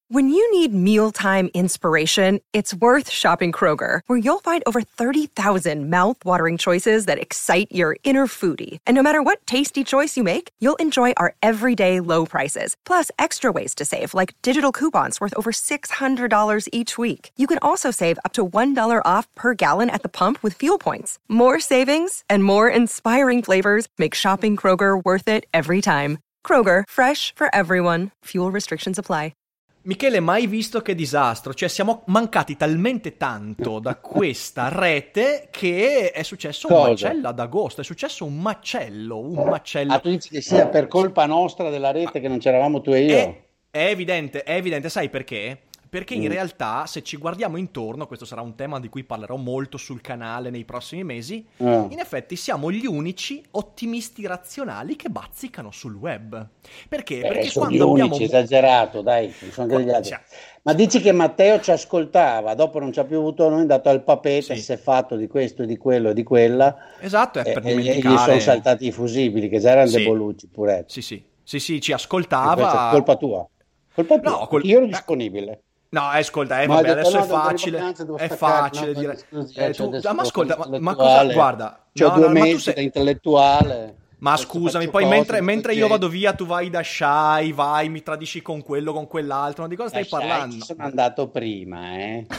When you need mealtime inspiration, it's worth shopping Kroger, where you'll find over 30,000 mouth-watering choices that excite your inner foodie. And no matter what tasty choice you make, you'll enjoy our everyday low prices, plus extra ways to save, like digital coupons worth over $600 each week. You can also save up to $1 off per gallon at the pump with fuel points. More savings and more inspiring flavors make shopping Kroger worth it every time. Kroger, fresh for everyone. Fuel restrictions apply. Michele, mai visto che disastro? Cioè, siamo mancati talmente tanto da questa rete che è successo un macello ad agosto. È successo un macello. Ah, tu dici che sia per colpa nostra della rete che non c'eravamo tu e io? È evidente. Sai perché? Perché in realtà, se ci guardiamo intorno, questo sarà un tema di cui parlerò molto sul canale nei prossimi mesi, in effetti siamo gli unici ottimisti razionali che bazzicano sul web. Perché? Perché sono quando gli abbiamo... unici, esagerato, dai, sono anche degli altri. Ma dici che Matteo ci ascoltava, dopo non ci ha più avuto noi, è andato al papete, si è fatto di questo, di quello e di quella. Esatto, è per e dimenticare... gli sono saltati i fusibili, che già erano debolucci, puretti. Sì, ci ascoltava... È colpa tua. No, io ero disponibile. No, ascolta, vabbè, adesso è facile dire. Ma ascolta, ma cosa, guarda, c'ho 2 mesi da intellettuale. Ma scusami, poi mentre io vado via, tu vai da Shy, mi tradisci con quello, con quell'altro, ma di cosa stai parlando? Ci sono andato prima,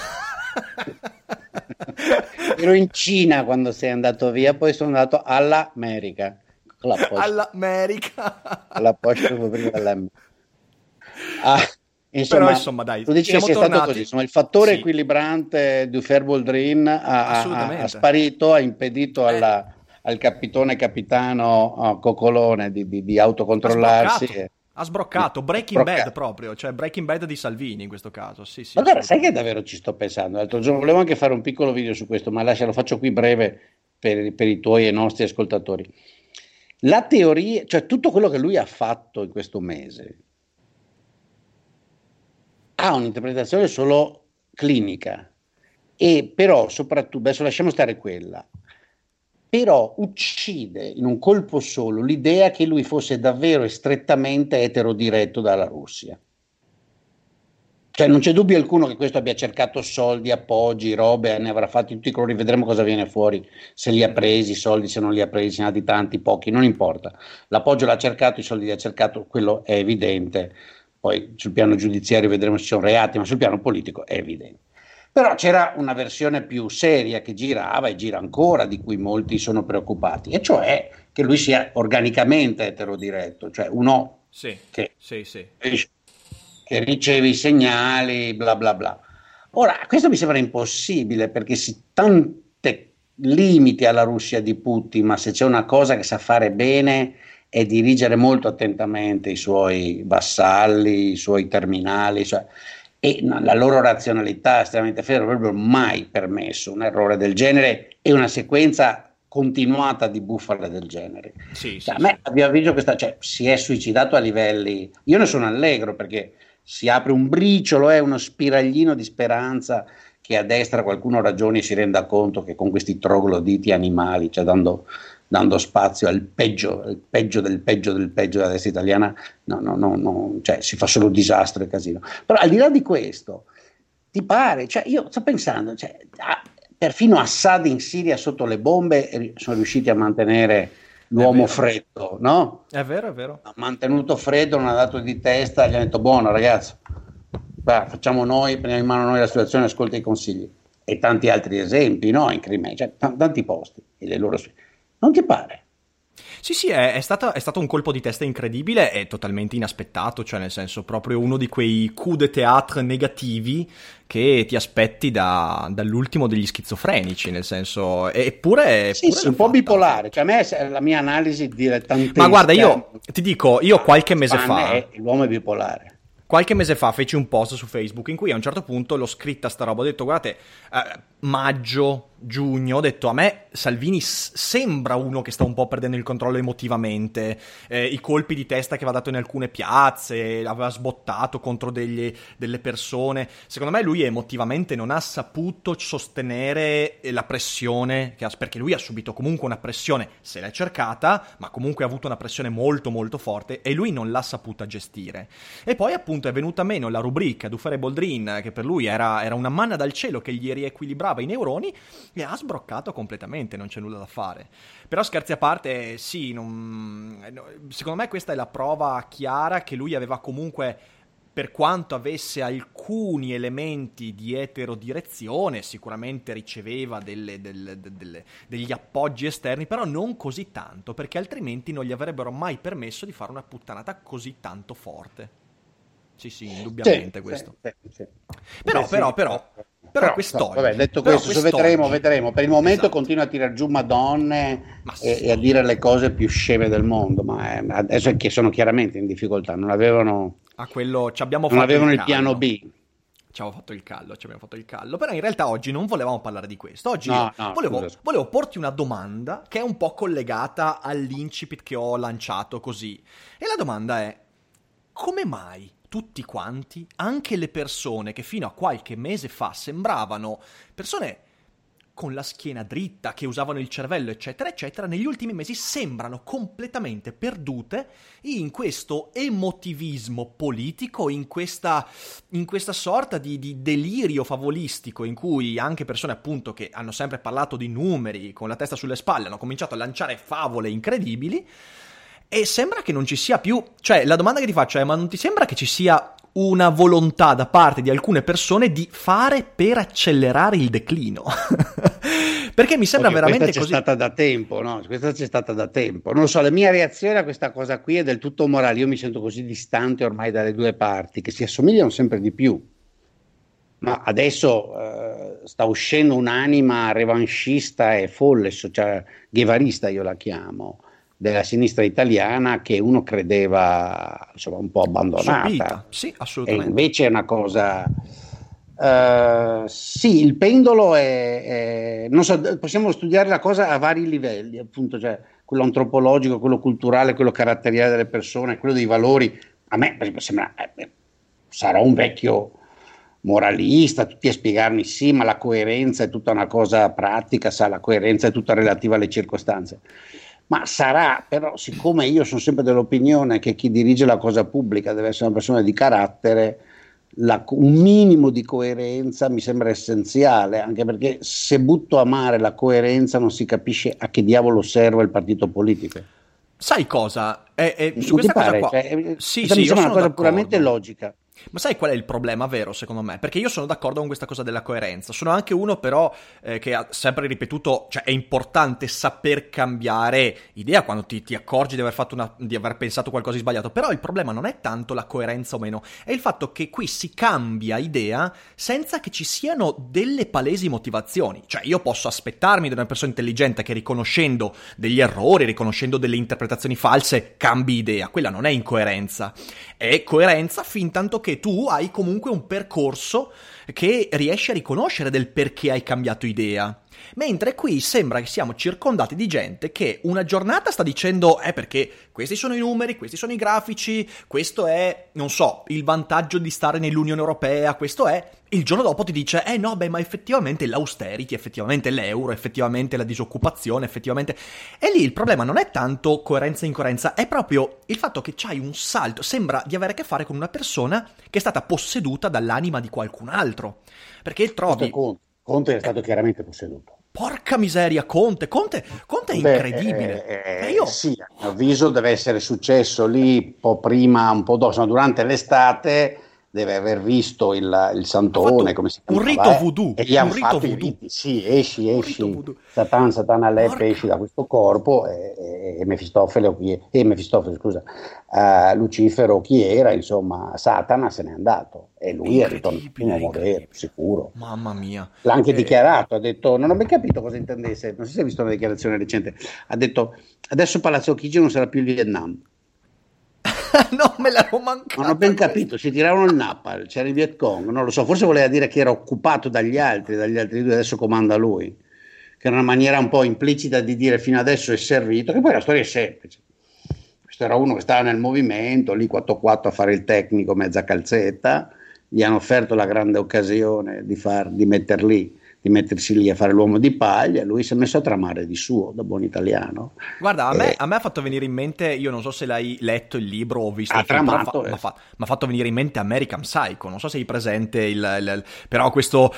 Ero in Cina quando sei andato via, poi sono andato all'America. All'apostrofo prima dell'America. Insomma, però insomma dai, tu dici che sia stato così, insomma, il fattore equilibrante di Fairboldrin ha sparito, ha impedito al capitano Coccolone di autocontrollarsi. Ha sbroccato, Breaking Bad proprio, cioè Breaking Bad di Salvini in questo caso. Sì, ma guarda, sai che davvero ci sto pensando? L'altro giorno volevo anche fare un piccolo video su questo, ma lo faccio qui breve per i tuoi e nostri ascoltatori. La teoria, cioè tutto quello che lui ha fatto in questo mese ha un'interpretazione solo clinica, e però soprattutto, adesso lasciamo stare quella, però uccide in un colpo solo l'idea che lui fosse davvero e strettamente eterodiretto dalla Russia. Cioè non c'è dubbio alcuno che questo abbia cercato soldi, appoggi, robe, ne avrà fatti tutti i colori, vedremo cosa viene fuori, se li ha presi i soldi, se non li ha presi, se ne ha di tanti, pochi, non importa. L'appoggio l'ha cercato, i soldi li ha cercato, quello è evidente. Poi sul piano giudiziario vedremo se ci sono reati, ma sul piano politico è evidente. Però c'era una versione più seria che girava e gira ancora, di cui molti sono preoccupati, e cioè che lui sia organicamente eterodiretto, cioè uno che riceve i segnali, bla bla bla. Ora, questo mi sembra impossibile, perché tante limiti alla Russia di Putin, ma se c'è una cosa che sa fare bene è dirigere molto attentamente i suoi vassalli, i suoi terminali, e la loro razionalità estremamente ferrea non avrebbero mai permesso un errore del genere e una sequenza continuata di bufale del genere. A me abbiamo visto si è suicidato a livelli, io ne sono allegro, perché si apre un briciolo, uno spiraglino di speranza che a destra qualcuno ragioni e si renda conto che con questi trogloditi animali, dando spazio al peggio del peggio della destra italiana, si fa solo disastro e casino. Però al di là di questo, ti pare, io sto pensando, perfino Assad in Siria sotto le bombe sono riusciti a mantenere l'uomo freddo, no? È vero. Ha mantenuto freddo, non ha dato di testa, gli ha detto buono ragazzi, facciamo noi, prendiamo in mano noi la situazione, ascolta i consigli. E tanti altri esempi, no? In Crimea, tanti posti, e le loro... Non ti pare? Sì, è stato un colpo di testa incredibile e totalmente inaspettato, cioè nel senso proprio uno di quei coup de théâtre negativi che ti aspetti dall'ultimo degli schizofrenici, nel senso, eppure un po' bipolare, a me la mia analisi dilettantesca. Ma guarda, io ti dico, qualche mese fa l'uomo è bipolare. Qualche mese fa feci un post su Facebook in cui a un certo punto l'ho scritta sta roba, ho detto guardate, maggio, giugno, ho detto a me Salvini sembra uno che sta un po' perdendo il controllo emotivamente, i colpi di testa che aveva dato in alcune piazze, aveva sbottato contro delle persone, secondo me lui emotivamente non ha saputo sostenere la pressione, perché lui ha subito comunque una pressione, se l'è cercata, ma comunque ha avuto una pressione molto molto forte e lui non l'ha saputa gestire. E poi appunto è venuta meno la rubrica Dufare Boldrin, che per lui era una manna dal cielo che gli riequilibrava i neuroni, e ha sbroccato completamente, non c'è nulla da fare. Però scherzi a parte, sì, secondo me questa è la prova chiara che lui aveva comunque, per quanto avesse alcuni elementi di eterodirezione, sicuramente riceveva degli appoggi esterni, però non così tanto, perché altrimenti non gli avrebbero mai permesso di fare una puttanata così tanto forte. Sì, indubbiamente questo. Sì. Però quest'oggi... Vabbè, detto questo, vedremo. Per il momento esatto. Continua a tirar giù Madonne sì. e a dire le cose più sceme del mondo, ma adesso è che sono chiaramente in difficoltà, non avevano, A quello ci abbiamo non fatto avevano il il piano B. Ci abbiamo fatto il callo, però in realtà oggi non volevamo parlare di questo. Oggi No, volevo porti una domanda che è un po' collegata all'incipit che ho lanciato così. E la domanda è: come mai tutti quanti, anche le persone che fino a qualche mese fa sembravano persone con la schiena dritta, che usavano il cervello, eccetera, eccetera, negli ultimi mesi sembrano completamente perdute in questo emotivismo politico, in questa sorta di delirio favolistico in cui anche persone appunto che hanno sempre parlato di numeri con la testa sulle spalle hanno cominciato a lanciare favole incredibili. E sembra che non ci sia più, cioè la domanda che ti faccio è: ma non ti sembra che ci sia una volontà da parte di alcune persone di fare per accelerare il declino? Perché mi sembra veramente questa così. C'è stata da tempo, no? Questa c'è stata da tempo. Non lo so, la mia reazione a questa cosa qui è del tutto morale. Io mi sento così distante ormai dalle due parti, che si assomigliano sempre di più. Ma adesso sta uscendo un'anima revanchista e folle, cioè guevarista io la chiamo, della sinistra italiana, che uno credeva insomma un po' abbandonata. Sopita. Sì, assolutamente. E invece è una cosa... sì, il pendolo non so, possiamo studiare la cosa a vari livelli, appunto, cioè quello antropologico, quello culturale, quello caratteriale delle persone, quello dei valori. A me per esempio sembra, sarò un vecchio moralista, tutti a spiegarmi sì, ma la coerenza è tutta una cosa pratica, la coerenza è tutta relativa alle circostanze. Ma sarà, però, siccome io sono sempre dell'opinione che chi dirige la cosa pubblica deve essere una persona di carattere, un minimo di coerenza mi sembra essenziale, anche perché se butto a mare la coerenza non si capisce a che diavolo serve il partito politico. Sai cosa? Su questa cosa qua... Sì, mi sembra una cosa puramente logica. Ma sai qual è il problema vero, secondo me? Perché io sono d'accordo con questa cosa della coerenza. Sono anche uno però che ha sempre ripetuto, cioè è importante saper cambiare idea quando ti accorgi di aver pensato qualcosa di sbagliato. Però il problema non è tanto la coerenza o meno, è il fatto che qui si cambia idea senza che ci siano delle palesi motivazioni. Cioè io posso aspettarmi da una persona intelligente che, riconoscendo degli errori, riconoscendo delle interpretazioni false, cambi idea. Quella non è incoerenza. È coerenza fin tanto che tu hai comunque un percorso che riesci a riconoscere del perché hai cambiato idea. Mentre qui sembra che siamo circondati di gente che una giornata sta dicendo perché questi sono i numeri, questi sono i grafici, questo è, non so, il vantaggio di stare nell'Unione Europea, questo è... Il giorno dopo ti dice, no, ma effettivamente l'austerity, effettivamente l'euro, effettivamente la disoccupazione, effettivamente... E lì il problema non è tanto coerenza e incoerenza, è proprio il fatto che c'hai un salto, sembra di avere a che fare con una persona che è stata posseduta dall'anima di qualcun altro. Perché trovi... Conte è stato chiaramente posseduto. Porca miseria, Conte è incredibile. Sì, a mio avviso deve essere successo lì un po' prima, un po' dopo, durante l'estate. Deve aver visto il santone, come si chiama? Un rito voodoo. E gli hanno fatto i riti. Sì, esci. Satan Alep, esci da questo corpo. E Mefistofele, scusa, Lucifero, chi era, insomma, Satana se n'è andato. E lui è ritornato un uomo vero, sicuro. Mamma mia. L'ha anche dichiarato, ha detto, non ho ben capito cosa intendesse, non so se hai visto una dichiarazione recente, ha detto, adesso Palazzo Chigi non sarà più il Vietnam. Non me l'ero mancato. Non ho ben capito, si tiravano il napalm, c'era il Viet Cong, non lo so, forse voleva dire che era occupato dagli altri due, adesso comanda lui, che è una maniera un po' implicita di dire fino adesso è servito, che poi la storia è semplice. Questo era uno che stava nel movimento, lì 4-4 a fare il tecnico, mezza calzetta, gli hanno offerto la grande occasione di mettersi lì a fare l'uomo di paglia, lui si è messo a tramare di suo, da buon italiano. Guarda, a me ha fatto venire in mente, io non so se l'hai letto il libro o visto il film, tramato, ma ha fatto venire in mente American Psycho, non so se hai presente però questo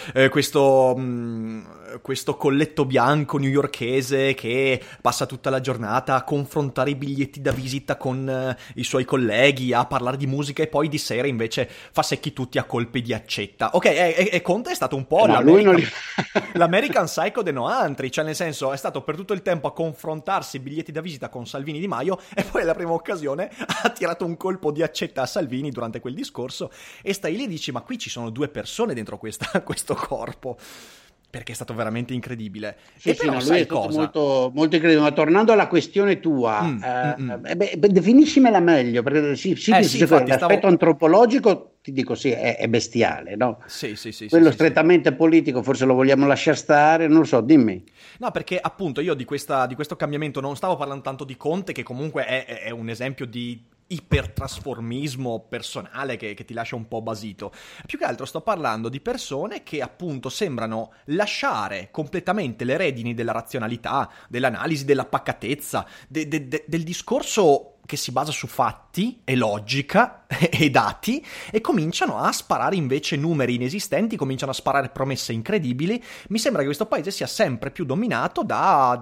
colletto bianco newyorkese che passa tutta la giornata a confrontare i biglietti da visita con i suoi colleghi, a parlare di musica e poi di sera invece fa secchi tutti a colpi di accetta. Ok, e Conte è stato un po' l'American Psycho de Noantri, cioè nel senso è stato per tutto il tempo a confrontarsi i biglietti da visita con Salvini Di Maio e poi alla prima occasione ha tirato un colpo di accetta a Salvini durante quel discorso e stai lì e dici ma qui ci sono 2 persone dentro questo corpo, perché è stato veramente incredibile. Sì, e però no, lui sai è stato cosa? molto, molto incredibile. Ma tornando alla questione tua, definiscimela meglio, perché l'aspetto antropologico ti dico sì, è bestiale, no? Sì. Quello strettamente politico forse lo vogliamo lasciare stare, non lo so, dimmi. No, perché appunto io di questo cambiamento non stavo parlando tanto di Conte, che comunque è un esempio di ipertrasformismo personale che ti lascia un po' basito. Più che altro sto parlando di persone che appunto sembrano lasciare completamente le redini della razionalità, dell'analisi, della pacatezza, del discorso che si basa su fatti e logica e dati e cominciano a sparare invece numeri inesistenti, cominciano a sparare promesse incredibili. Mi sembra che questo paese sia sempre più dominato da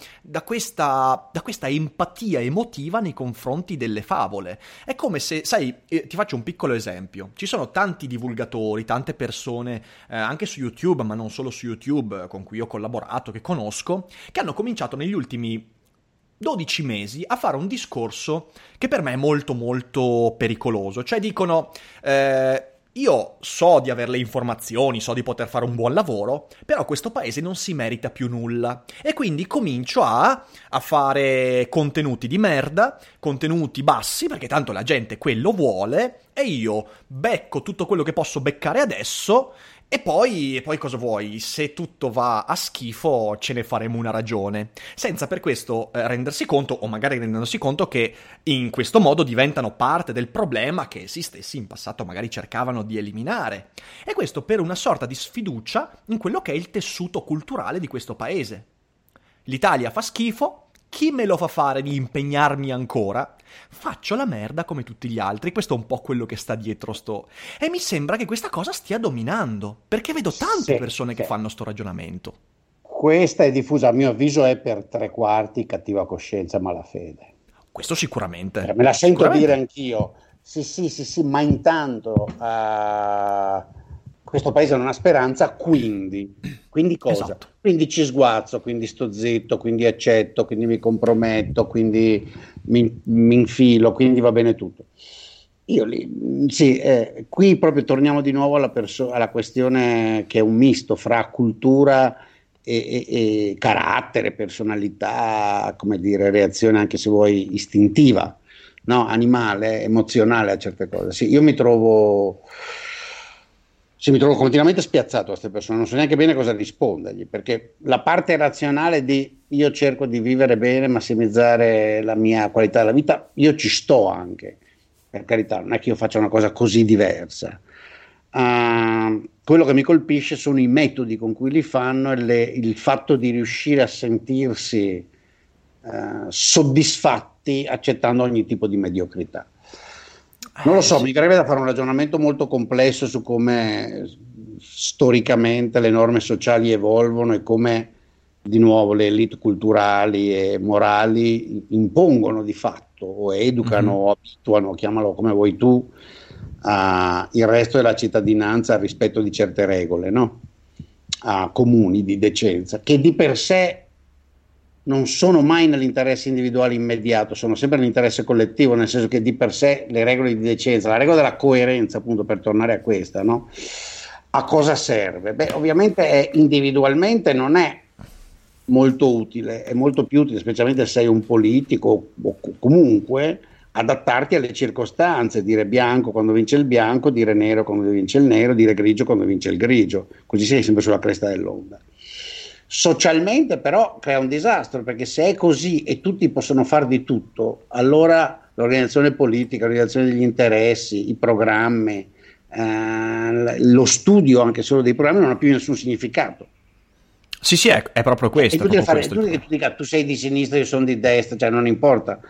questa empatia emotiva nei confronti delle favole. È come se, sai, ti faccio un piccolo esempio. Ci sono tanti divulgatori, tante persone, anche su YouTube, ma non solo su YouTube, con cui ho collaborato, che conosco, che hanno cominciato negli ultimi 12 mesi a fare un discorso che per me è molto molto pericoloso. Cioè dicono io so di avere le informazioni, so di poter fare un buon lavoro, però questo paese non si merita più nulla e quindi comincio a fare contenuti di merda, contenuti bassi, perché tanto la gente quello vuole e io becco tutto quello che posso beccare adesso. E poi cosa vuoi? Se tutto va a schifo ce ne faremo una ragione, senza per questo rendersi conto, o magari rendendosi conto che in questo modo diventano parte del problema che essi stessi in passato magari cercavano di eliminare. E questo per una sorta di sfiducia in quello che è il tessuto culturale di questo paese. L'Italia fa schifo, chi me lo fa fare di impegnarmi ancora? Faccio la merda come tutti gli altri, questo è un po' quello che sta dietro e mi sembra che questa cosa stia dominando, perché vedo tante persone che fanno sto ragionamento. Questa è diffusa, a mio avviso è per 3/4 cattiva coscienza, malafede. Questo sicuramente. Me la sento dire anch'io, sì, ma intanto questo paese non ha speranza, quindi cosa? Esatto. Quindi ci sguazzo, quindi sto zitto, quindi accetto, quindi mi comprometto, quindi mi infilo, quindi va bene tutto. Qui proprio torniamo di nuovo alla questione che è un misto fra cultura e carattere, personalità, come dire, reazione anche se vuoi istintiva, no? Animale, emozionale a certe cose. Sì, io mi trovo continuamente spiazzato a queste persone, non so neanche bene cosa rispondergli, perché la parte razionale di io cerco di vivere bene, massimizzare la mia qualità della vita, io ci sto anche, per carità, non è che io faccia una cosa così diversa. Quello che mi colpisce sono i metodi con cui li fanno e il fatto di riuscire a sentirsi soddisfatti accettando ogni tipo di mediocrità. Non lo so, sì. Mi verrebbe da fare un ragionamento molto complesso su come storicamente le norme sociali evolvono e come di nuovo le elite culturali e morali impongono di fatto o educano o abituano, chiamalo come vuoi tu, il resto della cittadinanza al rispetto di certe regole, no? Comuni di decenza, che di per sé non sono mai nell'interesse individuale immediato, sono sempre nell'interesse collettivo, nel senso che di per sé le regole di decenza, la regola della coerenza, appunto, per tornare a questa, no? A cosa serve? Beh, ovviamente individualmente non è molto utile, è molto più utile, specialmente se sei un politico o comunque adattarti alle circostanze, dire bianco quando vince il bianco, dire nero quando vince il nero, dire grigio quando vince il grigio, così sei sempre sulla cresta dell'onda. Socialmente però crea un disastro, perché se è così e tutti possono far di tutto, allora l'organizzazione politica, l'organizzazione degli interessi, i programmi, lo studio anche solo dei programmi non ha più nessun significato. Sì, sì, è proprio questo. E tu dica, tu sei di sinistra, io sono di destra, cioè non importa.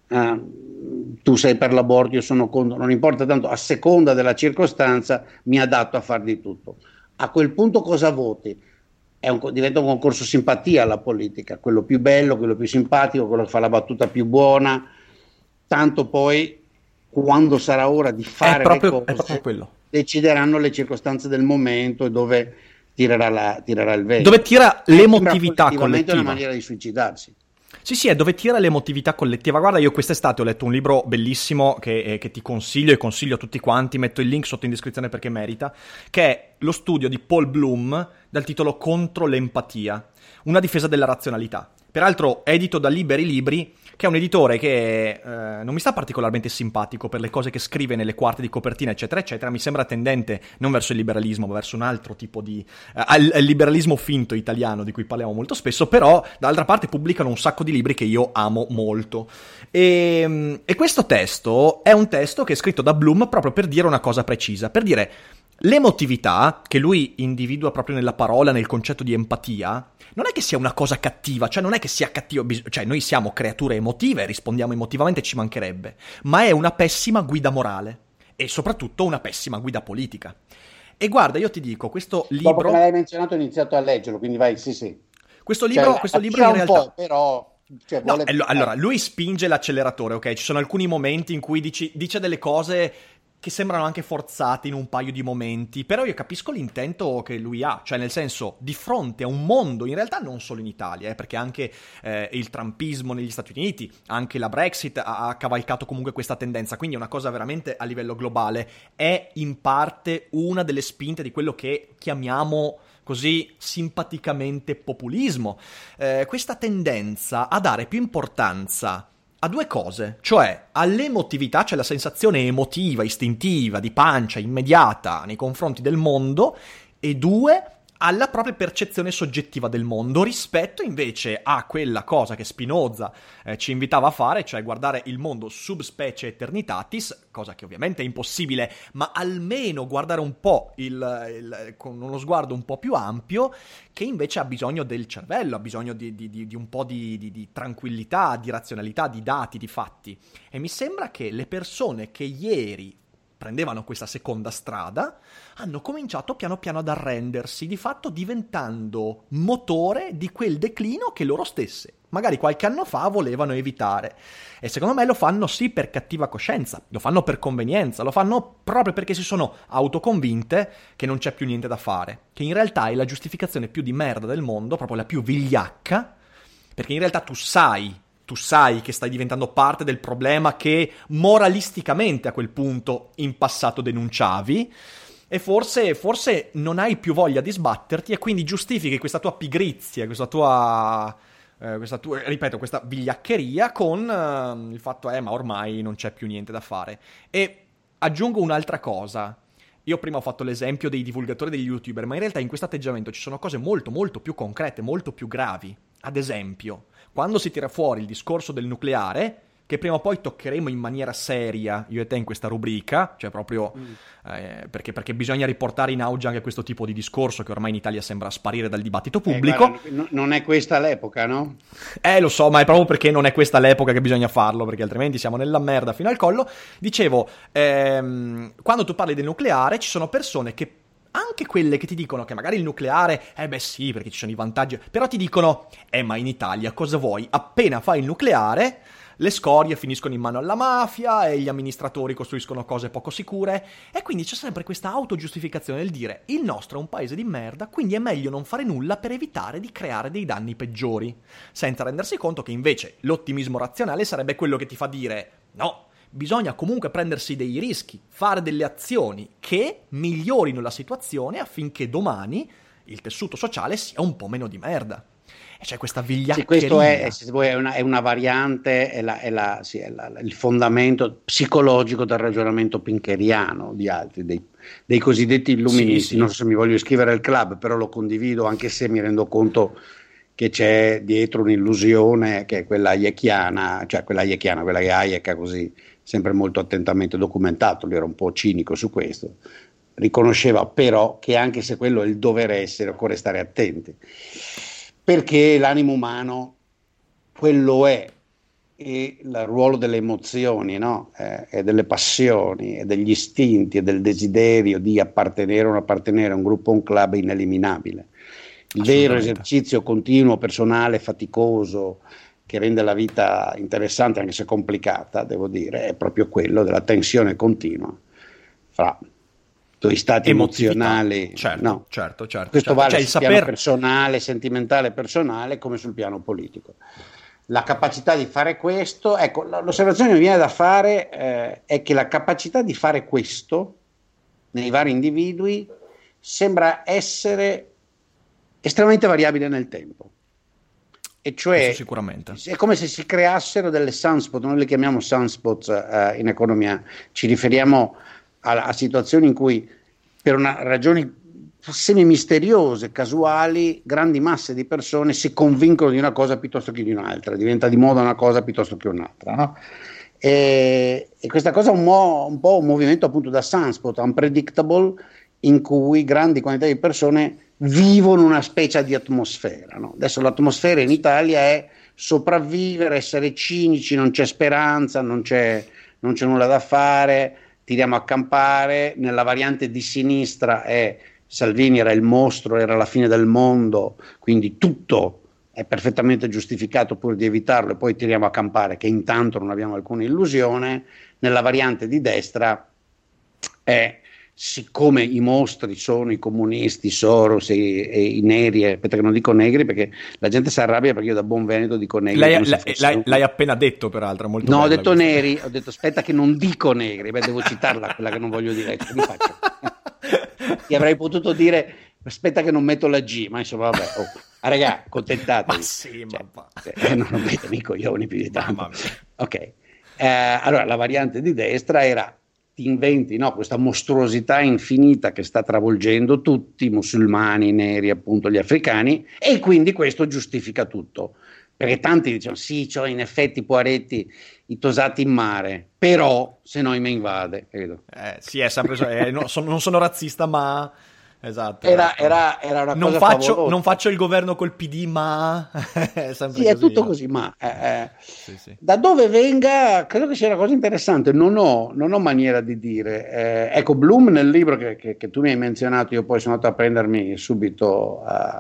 Tu sei per l'aborto, io sono contro, non importa tanto, a seconda della circostanza mi adatto a far di tutto. A quel punto cosa voti? Diventa un concorso simpatia la politica, quello più bello, quello più simpatico, quello che fa la battuta più buona, tanto poi quando sarà ora di fare le cose decideranno le circostanze del momento e dove tirerà il vento. Dove tira l'emotività collettiva. È una maniera di suicidarsi. Sì, è dove tira l'emotività collettiva. Guarda, io quest'estate ho letto un libro bellissimo che ti consiglio e consiglio a tutti quanti, metto il link sotto in descrizione perché merita, che è lo studio di Paul Bloom dal titolo Contro l'empatia, una difesa della razionalità. Peraltro edito da Liberi Libri, che è un editore che non mi sta particolarmente simpatico per le cose che scrive nelle quarte di copertina, eccetera, eccetera. Mi sembra tendente non verso il liberalismo, ma verso un altro tipo di... al liberalismo finto italiano, di cui parliamo molto spesso, però dall'altra parte pubblicano un sacco di libri che io amo molto. E questo testo è un testo che è scritto da Bloom proprio per dire una cosa precisa, per dire l'emotività, che lui individua proprio nella parola, nel concetto di empatia, non è che sia una cosa cattiva, cioè non è che sia cattivo, cioè noi siamo creature emotive, rispondiamo emotivamente, ci mancherebbe, ma è una pessima guida morale e soprattutto una pessima guida politica. E guarda, io ti dico, questo libro... Dopo che me l'hai menzionato ho iniziato a leggerlo, quindi vai, sì. Questo libro in realtà... un po', però... Cioè, no, allora, lui spinge l'acceleratore, ok? Ci sono alcuni momenti in cui dice delle cose che sembrano anche forzate in un paio di momenti, però io capisco l'intento che lui ha, cioè nel senso, di fronte a un mondo, in realtà non solo in Italia, perché anche il trumpismo negli Stati Uniti, anche la Brexit ha cavalcato comunque questa tendenza, quindi è una cosa veramente a livello globale, è in parte una delle spinte di quello che chiamiamo così simpaticamente populismo, questa tendenza a dare più importanza a due cose, cioè all'emotività, cioè la sensazione emotiva, istintiva, di pancia, immediata nei confronti del mondo, e due, alla propria percezione soggettiva del mondo, rispetto invece a quella cosa che Spinoza ci invitava a fare, cioè guardare il mondo sub specie eternitatis, cosa che ovviamente è impossibile, ma almeno guardare un po' con uno sguardo un po' più ampio, che invece ha bisogno del cervello, ha bisogno di un po' di tranquillità, di razionalità, di dati, di fatti. E mi sembra che le persone che ieri prendevano questa seconda strada hanno cominciato piano piano ad arrendersi, di fatto diventando motore di quel declino che loro stesse magari qualche anno fa volevano evitare. E secondo me lo fanno sì per cattiva coscienza, lo fanno per convenienza, lo fanno proprio perché si sono autoconvinte che non c'è più niente da fare, che in realtà è la giustificazione più di merda del mondo, proprio la più vigliacca, perché in realtà tu sai che stai diventando parte del problema che moralisticamente a quel punto in passato denunciavi, e forse non hai più voglia di sbatterti e quindi giustifichi questa tua pigrizia, questa tua, ripeto, questa vigliaccheria con il fatto ma ormai non c'è più niente da fare. E aggiungo un'altra cosa. Io prima ho fatto l'esempio dei divulgatori, degli youtuber, ma in realtà in questo atteggiamento ci sono cose molto molto più concrete, molto più gravi. Ad esempio, quando si tira fuori il discorso del nucleare, che prima o poi toccheremo in maniera seria, io e te in questa rubrica, cioè proprio perché bisogna riportare in auge anche questo tipo di discorso che ormai in Italia sembra sparire dal dibattito pubblico. Guarda, non è questa l'epoca, no? Lo so, ma è proprio perché non è questa l'epoca che bisogna farlo, perché altrimenti siamo nella merda fino al collo. Dicevo, quando tu parli del nucleare ci sono persone che, anche quelle che ti dicono che magari il nucleare, beh sì, perché ci sono i vantaggi, però ti dicono, ma in Italia cosa vuoi? Appena fai il nucleare, le scorie finiscono in mano alla mafia e gli amministratori costruiscono cose poco sicure, e quindi c'è sempre questa autogiustificazione del dire, il nostro è un paese di merda, quindi è meglio non fare nulla per evitare di creare dei danni peggiori, senza rendersi conto che invece l'ottimismo razionale sarebbe quello che ti fa dire, no, bisogna comunque prendersi dei rischi, fare delle azioni che migliorino la situazione affinché domani il tessuto sociale sia un po' meno di merda. E c'è questa vigliaccheria. Sì, questo è, se vuoi, è una variante, il fondamento psicologico del ragionamento pinkeriano di altri, dei cosiddetti illuministi. Sì. Non so se mi voglio iscrivere al club, però lo condivido, anche se mi rendo conto che c'è dietro un'illusione che è quella hayekiana, quella che Hayek ha così sempre molto attentamente documentato. Lui era un po' cinico su questo, riconosceva però che anche se quello è il dovere essere, occorre stare attenti, perché l'animo umano quello è, e il ruolo delle emozioni, no? E delle passioni, e degli istinti, e del desiderio di appartenere o non appartenere a un gruppo, a un club, è ineliminabile. Il vero esercizio continuo, personale, faticoso, che rende la vita interessante anche se complicata, devo dire, è proprio quello della tensione continua fra i stati emozionali. Certo. Questo vale sul piano personale, sentimentale, personale, come sul piano politico. La capacità di fare questo, ecco, l'osservazione che mi viene da fare è che la capacità di fare questo nei vari individui sembra essere estremamente variabile nel tempo. E cioè sicuramente è come se si creassero delle sunspot, noi le chiamiamo sunspot in economia, ci riferiamo a situazioni in cui per ragioni semi-misteriose, casuali, grandi masse di persone si convincono di una cosa piuttosto che di un'altra, diventa di moda una cosa piuttosto che un'altra, no? E questa cosa è un po' un movimento appunto da sunspot, unpredictable, in cui grandi quantità di persone vivono una specie di atmosfera, no? Adesso l'atmosfera in Italia è sopravvivere, essere cinici, non c'è speranza, non c'è nulla da fare, tiriamo a campare. Nella variante di sinistra è Salvini era il mostro, era la fine del mondo, quindi tutto è perfettamente giustificato pur di evitarlo, e poi tiriamo a campare che intanto non abbiamo alcuna illusione. Nella variante di destra è, siccome i mostri sono i comunisti, Soros e i neri, aspetta che non dico negri perché la gente si arrabbia, perché io da buon veneto dico negri. L'hai appena detto, peraltro, molto no, ho detto questa. Neri, ho detto aspetta che non dico negri, devo citarla quella che non voglio dire, come faccio? Ti avrei potuto dire aspetta che non metto la G, ma insomma vabbè, raga, accontentatevi. Ma sì, non avete mica coglioni più di tanto. Ok, allora la variante di destra era: ti inventi, no, questa mostruosità infinita che sta travolgendo tutti, i musulmani, i neri, appunto gli africani, e quindi questo giustifica tutto, perché tanti dicono sì, cioè in effetti Poaretti i tosati in mare, però se no mi invade, credo. Sì, è sempre non sono razzista, ma esatto. Era una cosa favolosa. Non faccio il governo col PD, ma è sempre sì, è tutto così, ma sì. Da dove venga, credo che sia una cosa interessante. Non ho maniera di dire. Ecco, Bloom nel libro che tu mi hai menzionato, io poi sono andato a prendermi subito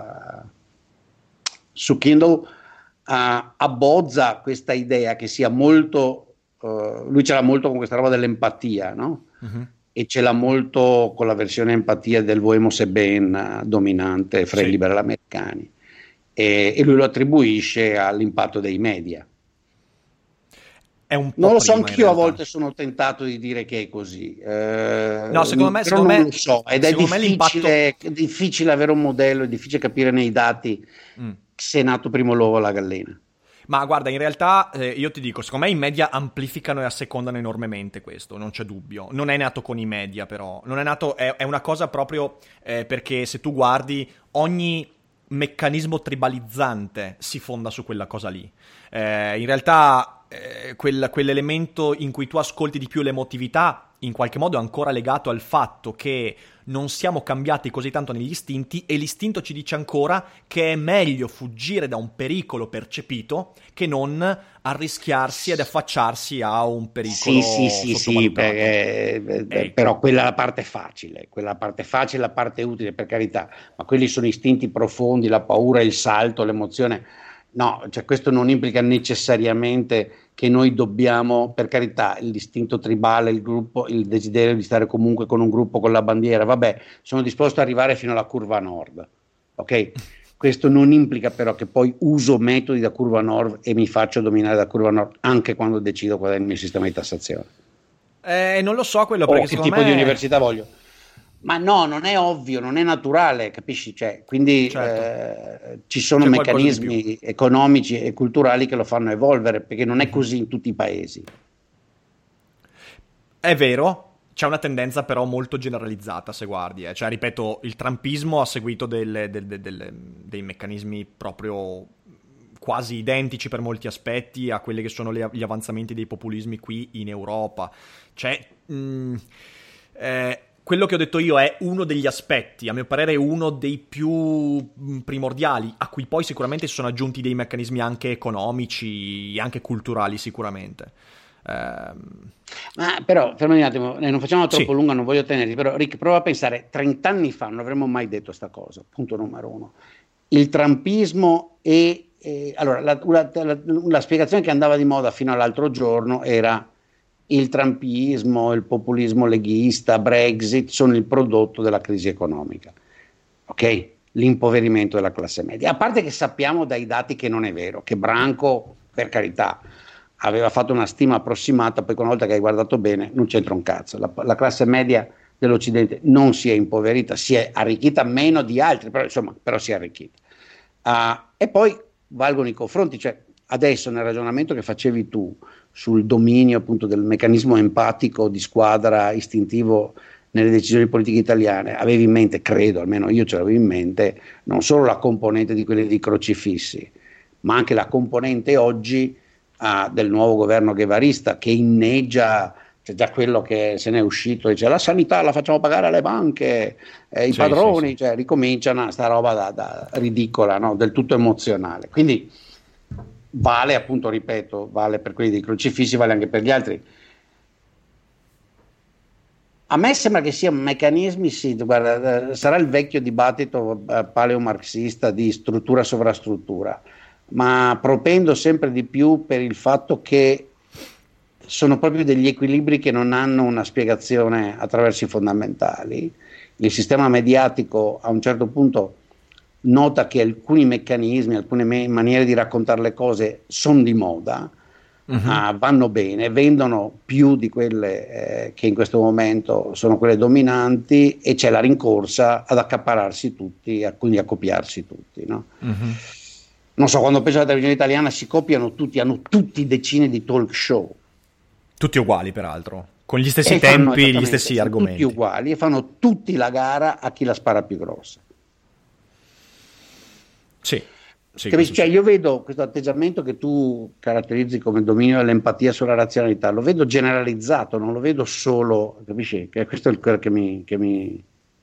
su Kindle, abbozza questa idea che sia molto, lui ce l'ha molto con questa roba dell'empatia, no? Uh-huh. E ce l'ha molto con la versione empatia del Voemos e Ben dominante fra i liberal americani, e lui lo attribuisce all'impatto dei media. È un po' non lo so, anch'io a volte sono tentato di dire che è così. No, secondo me non lo so, ed è difficile avere un modello, è difficile capire nei dati se è nato prima l'uovo o la gallina. Ma guarda, in realtà io ti dico, secondo me i media amplificano e assecondano enormemente questo, non c'è dubbio. Non è nato con i media, però. Non è nato, è una cosa proprio perché se tu guardi, ogni meccanismo tribalizzante si fonda su quella cosa lì. In realtà quell'elemento in cui tu ascolti di più l'emotività in qualche modo è ancora legato al fatto che non siamo cambiati così tanto negli istinti, e l'istinto ci dice ancora che è meglio fuggire da un pericolo percepito che non arrischiarsi ed affacciarsi a un pericolo sì, però quella è la parte facile, la parte utile, per carità, ma quelli sono istinti profondi, la paura, il salto, l'emozione. No, cioè questo non implica necessariamente che noi dobbiamo, per carità, l'istinto tribale, il gruppo, il desiderio di stare comunque con un gruppo, con la bandiera, vabbè, sono disposto ad arrivare fino alla curva nord, ok? Questo non implica però che poi uso metodi da curva nord e mi faccio dominare da curva nord anche quando decido qual è il mio sistema di tassazione. Non lo so quello, perché che tipo di università voglio. Ma no, non è ovvio, non è naturale, capisci? Cioè, quindi Certo. ci sono C'è qualcosa di più. meccanismi economici e culturali che lo fanno evolvere, perché non è Mhm. così in tutti i paesi. È vero, c'è una tendenza però molto generalizzata se guardi, cioè ripeto, il trumpismo ha seguito dei meccanismi proprio quasi identici per molti aspetti a quelli che sono gli avanzamenti dei populismi qui in Europa. Cioè, quello che ho detto io è uno degli aspetti, a mio parere è uno dei più primordiali, a cui poi sicuramente si sono aggiunti dei meccanismi anche economici, anche culturali sicuramente. Ma però, fermami un attimo, non facciamo troppo Sì. lunga, non voglio tenerti, però Rick, prova a pensare, 30 anni fa non avremmo mai detto sta cosa, punto numero uno. Il trumpismo allora, la spiegazione che andava di moda fino all'altro giorno era il trumpismo, il populismo leghista, Brexit sono il prodotto della crisi economica, ok? L'impoverimento della classe media. A parte che sappiamo dai dati che non è vero, che Branco, per carità, aveva fatto una stima approssimata, poi una volta che hai guardato bene non c'entra un cazzo. La classe media dell'Occidente non si è impoverita, si è arricchita meno di altri, però insomma, però si è arricchita. E poi valgono i confronti, cioè adesso nel ragionamento che facevi tu sul dominio appunto del meccanismo empatico di squadra istintivo nelle decisioni politiche italiane, avevi in mente, credo, almeno io ce l'avevo in mente, non solo la componente di quelli di crocifissi, ma anche la componente oggi del nuovo governo guevarista che inneggia, c'è già quello che se n'è uscito e dice la sanità la facciamo pagare alle banche, i Sì, sì, padroni, sì. cioè ricominciano sta roba da ridicola, no? Del tutto emozionale. Quindi vale appunto, ripeto, vale per quelli dei crocifissi, vale anche per gli altri. A me sembra che siano meccanismi, sì, guarda, sarà il vecchio dibattito paleomarxista di struttura-sovrastruttura, ma propendo sempre di più per il fatto che sono proprio degli equilibri che non hanno una spiegazione attraverso i fondamentali. Il sistema mediatico a un certo punto nota che alcuni meccanismi, alcune maniere di raccontare le cose sono di moda, vanno bene, vendono più di quelle che in questo momento sono quelle dominanti e c'è la rincorsa ad accapararsi tutti, quindi a copiarsi tutti, no? Non so, quando penso alla televisione italiana si copiano tutti, hanno tutti decine di talk show. Tutti uguali, peraltro, con gli stessi E fanno tempi, gli esattamente, stessi sono argomenti. tutti uguali e fanno tutti la gara a chi la spara più grossa. Sì, sì, Capisci? questo Cioè, sì. io vedo questo atteggiamento che tu caratterizzi come dominio dell'empatia sulla razionalità, lo vedo generalizzato, non lo vedo solo, capisci? Che questo è il che mi.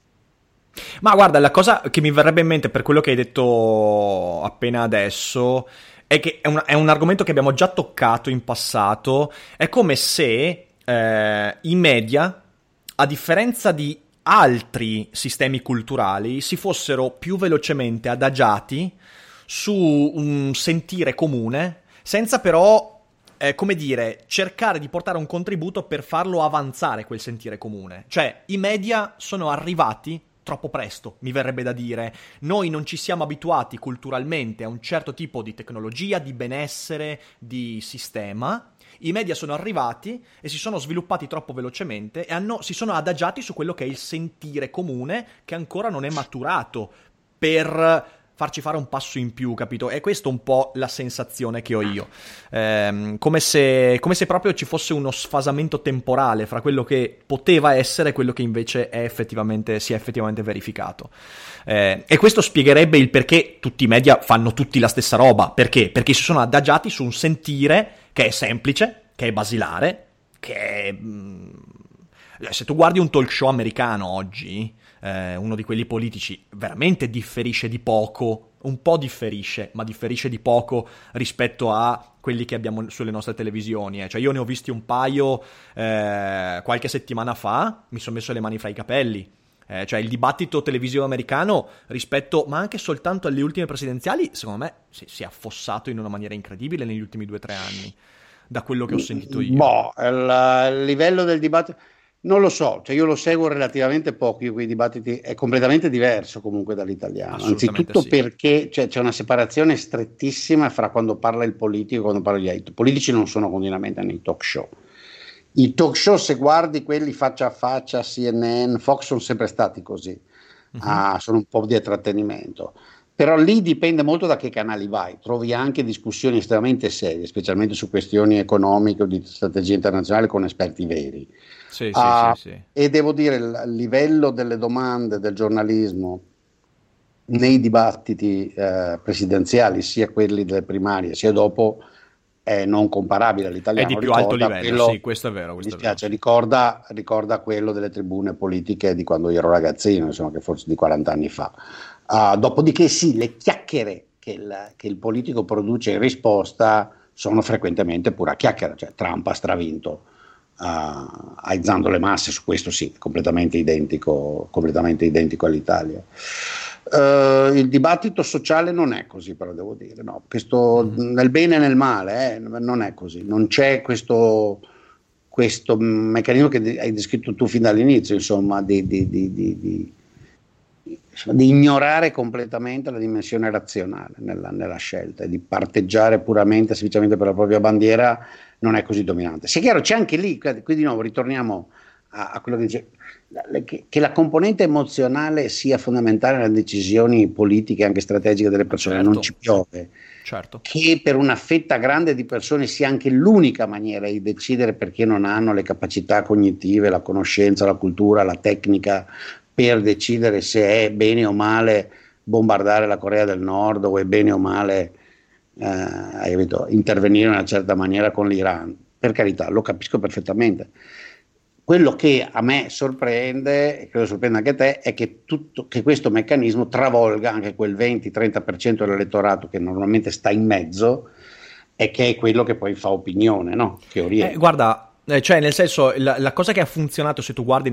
Ma guarda, la cosa che mi verrebbe in mente per quello che hai detto appena adesso è che è un argomento che abbiamo già toccato in passato. È come se i media, a differenza di altri sistemi culturali, si fossero più velocemente adagiati su un sentire comune, senza però, come dire, cercare di portare un contributo per farlo avanzare quel sentire comune. Cioè, i media sono arrivati troppo presto, mi verrebbe da dire. Noi non ci siamo abituati culturalmente a un certo tipo di tecnologia, di benessere, di sistema. I media sono arrivati e si sono sviluppati troppo velocemente e si sono adagiati su quello che è il sentire comune che ancora non è maturato per farci fare un passo in più, capito? E questa è un po' la sensazione che ho io. Come se proprio ci fosse uno sfasamento temporale fra quello che poteva essere e quello che invece si è effettivamente verificato. E questo spiegherebbe il perché tutti i media fanno tutti la stessa roba. Perché? Perché si sono adagiati su un sentire che è semplice, che è basilare, che è... Se tu guardi un talk show americano oggi, uno di quelli politici, veramente differisce di poco, un po' differisce, ma differisce di poco rispetto a quelli che abbiamo sulle nostre televisioni. Cioè io ne ho visti un paio qualche settimana fa, mi sono messo le mani fra i capelli. Cioè il dibattito televisivo americano rispetto, ma anche soltanto alle ultime presidenziali, secondo me si è affossato in una maniera incredibile negli ultimi 2 o 3 anni, da quello che ho sentito io. Boh, il livello del dibattito non lo so, cioè io lo seguo relativamente poco, io quei dibattiti è completamente diverso comunque dall'italiano, anzitutto sì. perché c'è una separazione strettissima fra quando parla il politico e quando parla gli altri. I politici non sono continuamente nei talk show, I talk show, se guardi quelli faccia a faccia, CNN, Fox, sono sempre stati così, sono un po' di intrattenimento. Però lì dipende molto da che canali vai, trovi anche discussioni estremamente serie, specialmente su questioni economiche o di strategia internazionale con esperti veri. Sì. E devo dire, il livello delle domande del giornalismo nei dibattiti presidenziali, sia quelli delle primarie sia dopo, è non comparabile all'italiano. È di più alto livello, sì, questo è vero. Mi dispiace, ricorda quello delle tribune politiche di quando io ero ragazzino, insomma, che forse di 40 anni fa. Dopodiché sì, le chiacchiere che il politico produce in risposta sono frequentemente pura chiacchiera, cioè Trump ha stravinto aizzando le masse, su questo sì, completamente identico all'Italia. Il dibattito sociale non è così, però devo dire, no, questo nel bene e nel male non è così, non c'è questo meccanismo che hai descritto tu fin dall'inizio, insomma, di ignorare completamente la dimensione razionale nella scelta e di parteggiare puramente, semplicemente per la propria bandiera, non è così dominante. Se è chiaro, c'è anche lì, qui di nuovo ritorniamo a quello che dice, che la componente emozionale sia fondamentale nelle decisioni politiche, anche strategiche delle persone, certo. Non ci piove. Certo. Che per una fetta grande di persone sia anche l'unica maniera di decidere, perché non hanno le capacità cognitive, la conoscenza, la cultura, la tecnica per decidere se è bene o male bombardare la Corea del Nord o è bene o male intervenire in una certa maniera con l'Iran. Per carità, lo capisco perfettamente. Quello che a me sorprende, e credo sorprenda anche te, è che questo meccanismo travolga anche quel 20-30% dell'elettorato che normalmente sta in mezzo e che è quello che poi fa opinione, no? Che orienta. Guarda, cioè nel senso, la cosa che ha funzionato, se tu guardi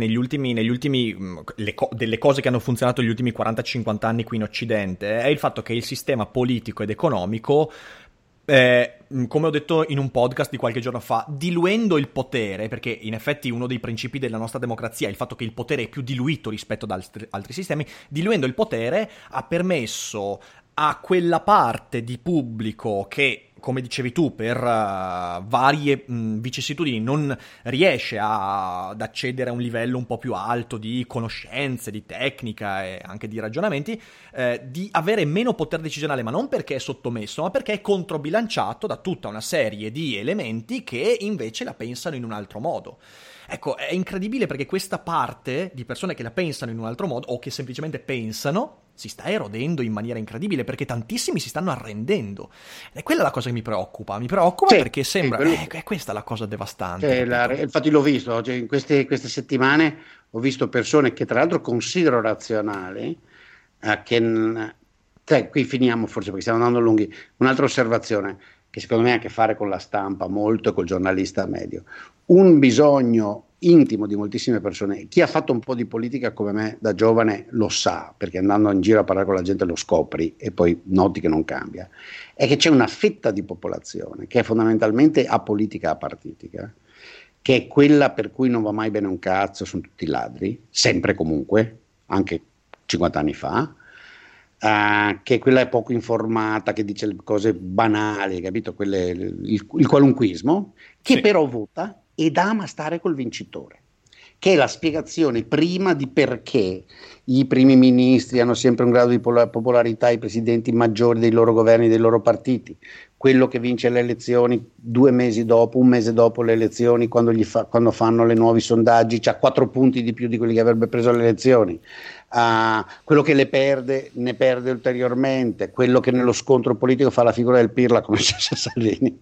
delle cose che hanno funzionato negli ultimi 40-50 anni qui in Occidente, è il fatto che il sistema politico ed economico, come ho detto in un podcast di qualche giorno fa, diluendo il potere, perché in effetti uno dei principi della nostra democrazia è il fatto che il potere è più diluito rispetto ad altri sistemi, diluendo il potere ha permesso a quella parte di pubblico che, come dicevi tu, per varie vicissitudini non riesce ad accedere a un livello un po' più alto di conoscenze, di tecnica e anche di ragionamenti, di avere meno potere decisionale, ma non perché è sottomesso, ma perché è controbilanciato da tutta una serie di elementi che invece la pensano in un altro modo. Ecco, è incredibile perché questa parte di persone che la pensano in un altro modo o che semplicemente pensano si sta erodendo in maniera incredibile perché tantissimi si stanno arrendendo. Ed è quella la cosa che mi preoccupa. Mi preoccupa perché sembra... è questa la cosa devastante. Infatti l'ho visto, cioè in queste settimane ho visto persone che tra l'altro considero razionali, qui finiamo forse perché stiamo andando lunghi. Un'altra osservazione che secondo me ha a che fare con la stampa molto e col giornalista medio. Un bisogno intimo di moltissime persone, chi ha fatto un po' di politica come me da giovane lo sa, perché andando in giro a parlare con la gente lo scopri e poi noti che non cambia, è che c'è una fetta di popolazione che è fondamentalmente apolitica, apartitica, che è quella per cui non va mai bene un cazzo, sono tutti ladri, sempre comunque, anche 50 anni fa, che quella è poco informata, che dice le cose banali, capito? Il qualunquismo, che sì. Però vota ed ama stare col vincitore, che è la spiegazione prima di perché i primi ministri hanno sempre un grado di popolarità, i presidenti maggiori dei loro governi, dei loro partiti, quello che vince le elezioni 2 mesi dopo, 1 mese dopo le elezioni, quando fanno le nuovi sondaggi, c'ha 4 punti di più di quelli che avrebbe preso alle elezioni. Quello che ne perde ulteriormente, quello che nello scontro politico fa la figura del pirla come Cesare Salvini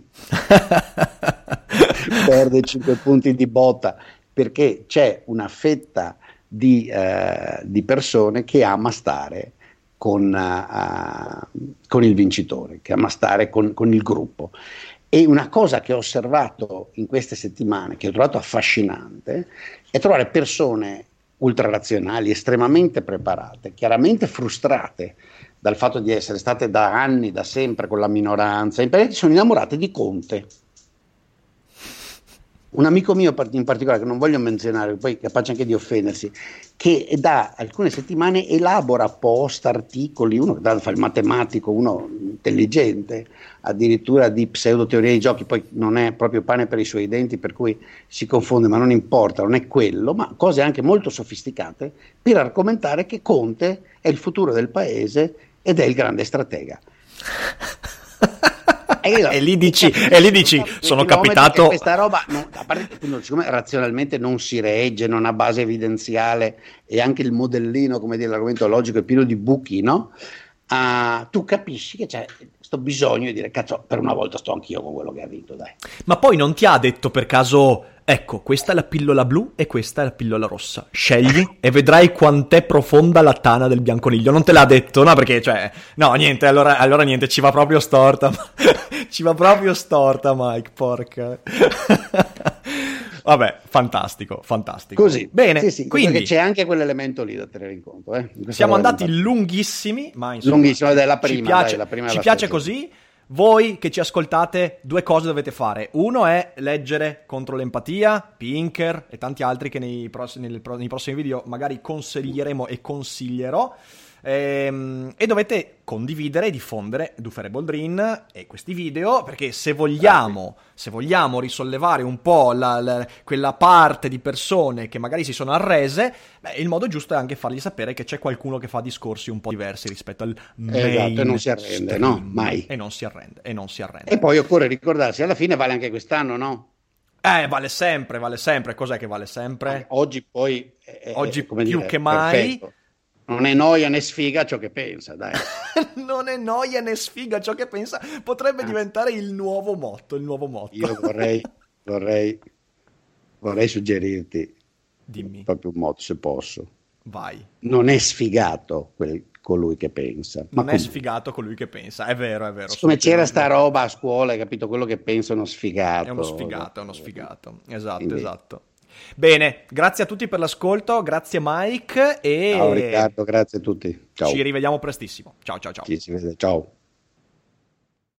perde 5 punti di botta perché c'è una fetta di persone che ama stare con il vincitore, che ama stare con il gruppo. E una cosa che ho osservato in queste settimane, che ho trovato affascinante, è trovare persone ultrarazionali, estremamente preparate, chiaramente frustrate dal fatto di essere state da anni, da sempre con la minoranza, sono innamorate di Conte. un amico mio in particolare, che non voglio menzionare, poi capace anche di offendersi, che da alcune settimane elabora post, articoli, uno che fa il matematico, uno intelligente, addirittura di pseudoteoria dei giochi, poi non è proprio pane per i suoi denti, per cui si confonde, ma non importa, non è quello, ma cose anche molto sofisticate per argomentare che Conte è il futuro del paese ed è il grande stratega. E lì dici, sono capitato. Questa roba, a parte che siccome razionalmente non si regge, non ha base evidenziale e anche il modellino, come dire, l'argomento logico è pieno di buchi, no? Tu capisci che c'è questo bisogno di dire, cazzo, per una volta sto anch'io con quello che ha vinto, dai. Ma poi non ti ha detto per caso, ecco, questa è la pillola blu e questa è la pillola rossa, scegli e vedrai quant'è profonda la tana del bianconiglio. Non te l'ha detto, no? Perché, no, niente, allora niente, ci va proprio storta. Ci va proprio storta, Mike, porca. Vabbè, fantastico. Così. Bene, sì, quindi c'è anche quell'elemento lì da tenere in conto. Siamo andati lunghissimi, ma insomma, lunghissimo, della prima, ci piace così. Voi che ci ascoltate, 2 cose dovete fare. Uno è leggere Contro l'empatia, Pinker e tanti altri che nei prossimi video magari consiglieremo e consiglierò. E dovete condividere e diffondere Dufere Boldrin e questi video, perché se vogliamo risollevare un po' quella parte di persone che magari si sono arrese, il modo giusto è anche fargli sapere che c'è qualcuno che fa discorsi un po' diversi rispetto al esatto, e non si arrende, no? Mai. E non si arrende. E poi occorre ricordarsi, alla fine vale anche quest'anno, no? Vale sempre. Cos'è che vale sempre? Oggi poi oggi come più dire, che mai. perfetto. Non è noia né sfiga ciò che pensa, dai. Non è noia né sfiga ciò che pensa. Potrebbe diventare il nuovo motto. Io vorrei suggerirti. Dimmi. Proprio un motto, se posso. Vai. Non è sfigato colui che pensa. Non è sfigato colui che pensa. È vero. Come c'era sta roba a scuola, hai capito? Quello che pensa è uno sfigato. È uno sfigato. Esatto. Bene, grazie a tutti per l'ascolto, grazie Mike e ciao Riccardo, grazie a tutti. Ciao. Ci rivediamo prestissimo. Ciao. Ci si vede, ciao.